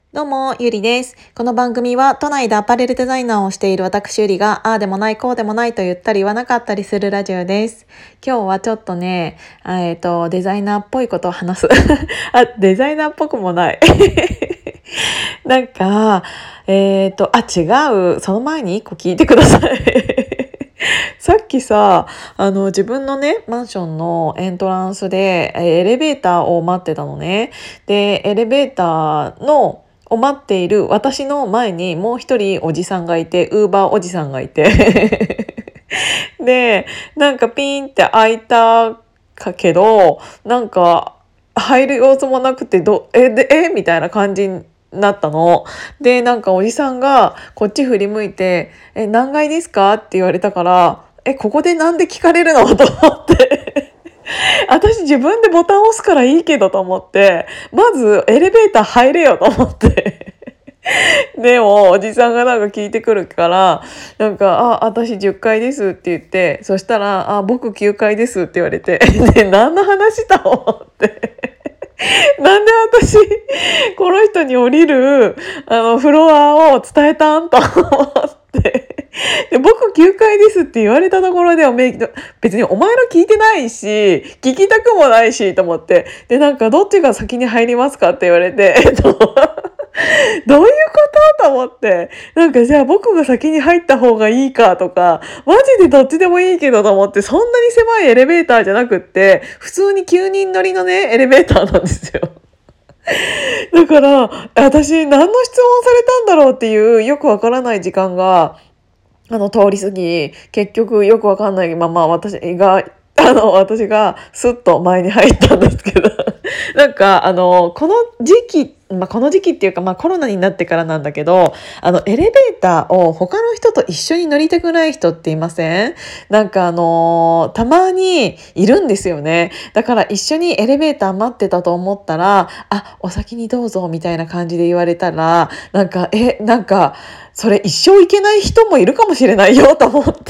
どうも、ゆりです。この番組は都内でアパレルデザイナーをしている私ゆりが、ああでもない、こうでもないと言ったり言わなかったりするラジオです。今日はちょっとね、デザイナーっぽいことを話す。デザイナーっぽくもない。なんか、違う。その前に一個聞いてください。さっきさ、自分のね、マンションのエントランスで、エレベーターを待ってたのね。で、エレベーターを待っている私の前にもう一人おじさんがいて、ウーバーおじさんがいて。で、なんかピーンって開いたけど、なんか入る様子もなくて、みたいな感じになったの。で、なんかおじさんがこっち振り向いて、何階ですかって言われたから、ここでなんで聞かれるのと思って。私自分でボタン押すからいいけどと思って、まずエレベーター入れよと思って。でも、おじさんがなんか聞いてくるから、なんか、私10階ですって言って、そしたら、僕9階ですって言われて、で、何の話だと思って。なんで私、この人に降りる、フロアを伝えたんと思って。で、僕9階ですって言われたところでは別にお前の聞いてないし、聞きたくもないし、と思って。で、なんか、どっちが先に入りますかって言われて、どういうことと思って。なんかじゃあ僕が先に入った方がいいかとか、マジでどっちでもいいけどと思って、そんなに狭いエレベーターじゃなくって、普通に9人乗りのね、エレベーターなんですよ。だから、私何の質問されたんだろうっていうよくわからない時間が、通り過ぎ、結局よくわかんないまま私がスッと前に入ったんですけど、なんか、この時期、この時期っていうか、コロナになってからなんだけど、エレベーターを他の人と一緒に乗りたくない人っていません？なんかたまにいるんですよね。だから一緒にエレベーター待ってたと思ったら、お先にどうぞみたいな感じで言われたら、なんか、それ一生行けない人もいるかもしれないよと思って。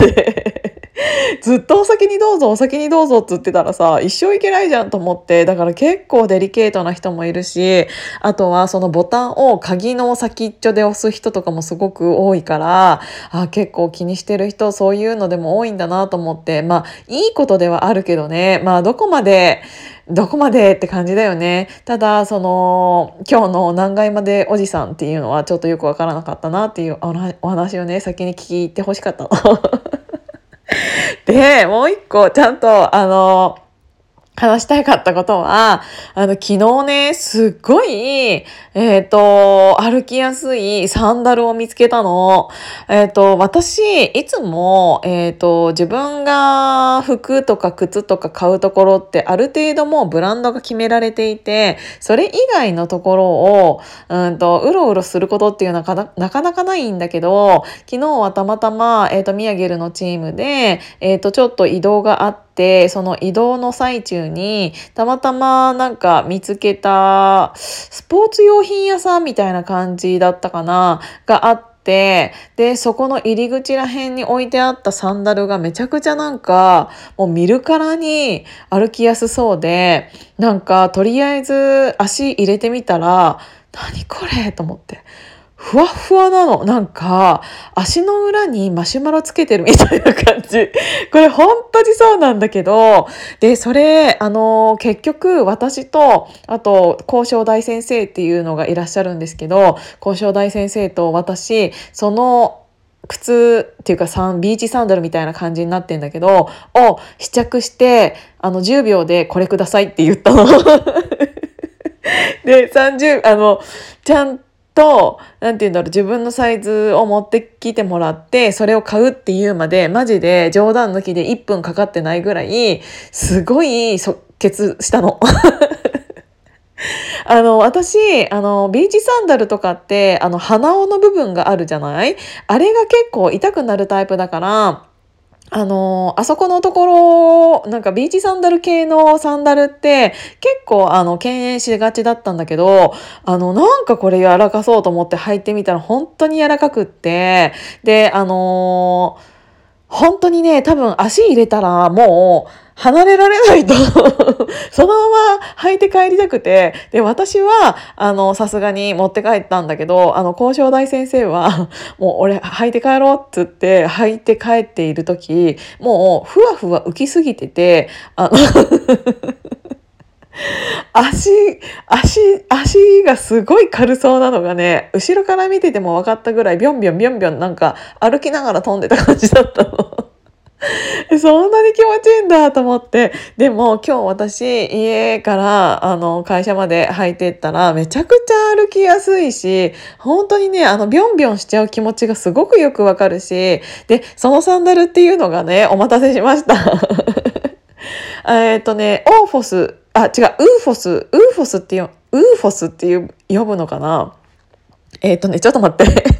ずっとお先にどうぞお先にどうぞって言ってたらさ、一生いけないじゃんと思って。だから結構デリケートな人もいるし、あとはそのボタンを鍵の先っちょで押す人とかもすごく多いから、結構気にしてる人そういうのでも多いんだなと思って。いいことではあるけどね。どこまでって感じだよね。ただ、今日の何階までおじさんっていうのはちょっとよくわからなかったなっていうお話をね、先に聞いてほしかったの。で、もう一個、ちゃんと、話したかったことは、昨日ね、すっごい、歩きやすいサンダルを見つけたの。私、いつも、自分が服とか靴とか買うところってある程度もうブランドが決められていて、それ以外のところを、うろうろすることっていうのはなかなかないんだけど、昨日はたまたま、ミヤゲルのチームで、ちょっと移動があって、その移動の最中にたまたまなんか見つけたスポーツ用品屋さんみたいな感じだったかながあって、でそこの入り口ら辺に置いてあったサンダルがめちゃくちゃなんかもう見るからに歩きやすそうで、なんかとりあえず足入れてみたら何これと思って、ふわっふわなの。なんか、足の裏にマシュマロつけてるみたいな感じ。これ本当にそうなんだけど、で、それ、結局私と、あと、交渉大先生っていうのがいらっしゃるんですけど、交渉大先生と私、その、靴っていうかビーチサンダルみたいな感じになってんだけど、を試着して、10秒でこれくださいって言ったの。で、ちゃんと、なんて言うんだろう、自分のサイズを持ってきてもらって、それを買うっていうまで、マジで冗談抜きで1分かかってないぐらい、すごい即決したの。私、ビーチサンダルとかって、鼻緒の部分があるじゃない？あれが結構痛くなるタイプだから、あそこのところ、なんかビーチサンダル系のサンダルって結構敬遠しがちだったんだけど、なんかこれ柔らかそうと思って履いてみたら本当に柔らかくって、で、本当にね、多分足入れたらもう離れられないとそのまま履いて帰りたくて、で、私は、さすがに持って帰ったんだけど、交渉大先生は、もう俺履いて帰ろうっつって履いて帰っている時、もうふわふわ浮きすぎてて、足、足がすごい軽そうなのがね、後ろから見てても分かったぐらい、ビョンビョンビョンビョンなんか歩きながら飛んでた感じだったの。そんなに気持ちいいんだと思って。でも今日私家から会社まで履いてったらめちゃくちゃ歩きやすいし、本当にね、ビョンビョンしちゃう気持ちがすごくよくわかるし、で、そのサンダルっていうのがね、お待たせしました。オーフォス、あ、違う、ウーフォスっていう、呼ぶのかな。ちょっと待って。